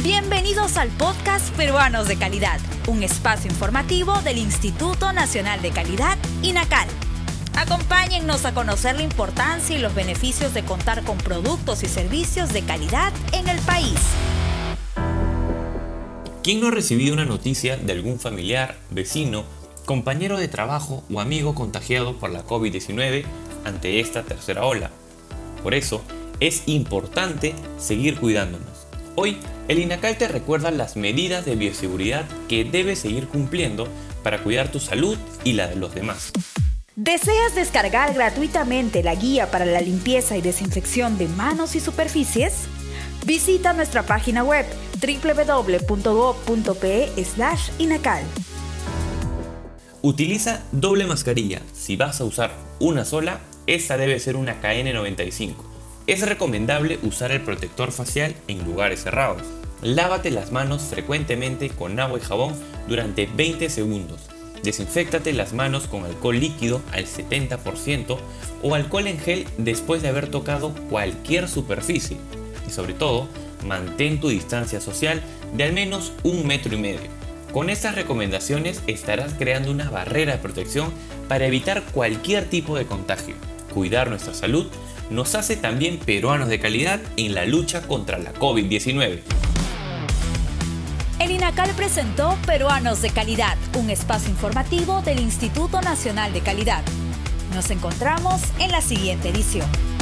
Bienvenidos al podcast Peruanos de Calidad, un espacio informativo del Instituto Nacional de Calidad, INACAL. Acompáñennos a conocer la importancia y los beneficios de contar con productos y servicios de calidad en el país. ¿Quién no ha recibido una noticia de algún familiar, vecino, compañero de trabajo o amigo contagiado por la COVID-19 ante esta tercera ola? Por eso, es importante seguir cuidándonos. Hoy, el INACAL te recuerda las medidas de bioseguridad que debes seguir cumpliendo para cuidar tu salud y la de los demás. ¿Deseas descargar gratuitamente la guía para la limpieza y desinfección de manos y superficies? Visita nuestra página web www.gov.pe/INACAL. Utiliza doble mascarilla. Si vas a usar una sola, esta debe ser una KN95. Es recomendable usar el protector facial en lugares cerrados. Lávate las manos frecuentemente con agua y jabón durante 20 segundos. Desinféctate las manos con alcohol líquido al 70% o alcohol en gel después de haber tocado cualquier superficie. Y sobre todo, mantén tu distancia social de al menos 1,5 metros. Con estas recomendaciones estarás creando una barrera de protección para evitar cualquier tipo de contagio. Cuidar nuestra salud nos hace también peruanos de calidad en la lucha contra la COVID-19. El INACAL presentó Peruanos de Calidad, un espacio informativo del Instituto Nacional de Calidad. Nos encontramos en la siguiente edición.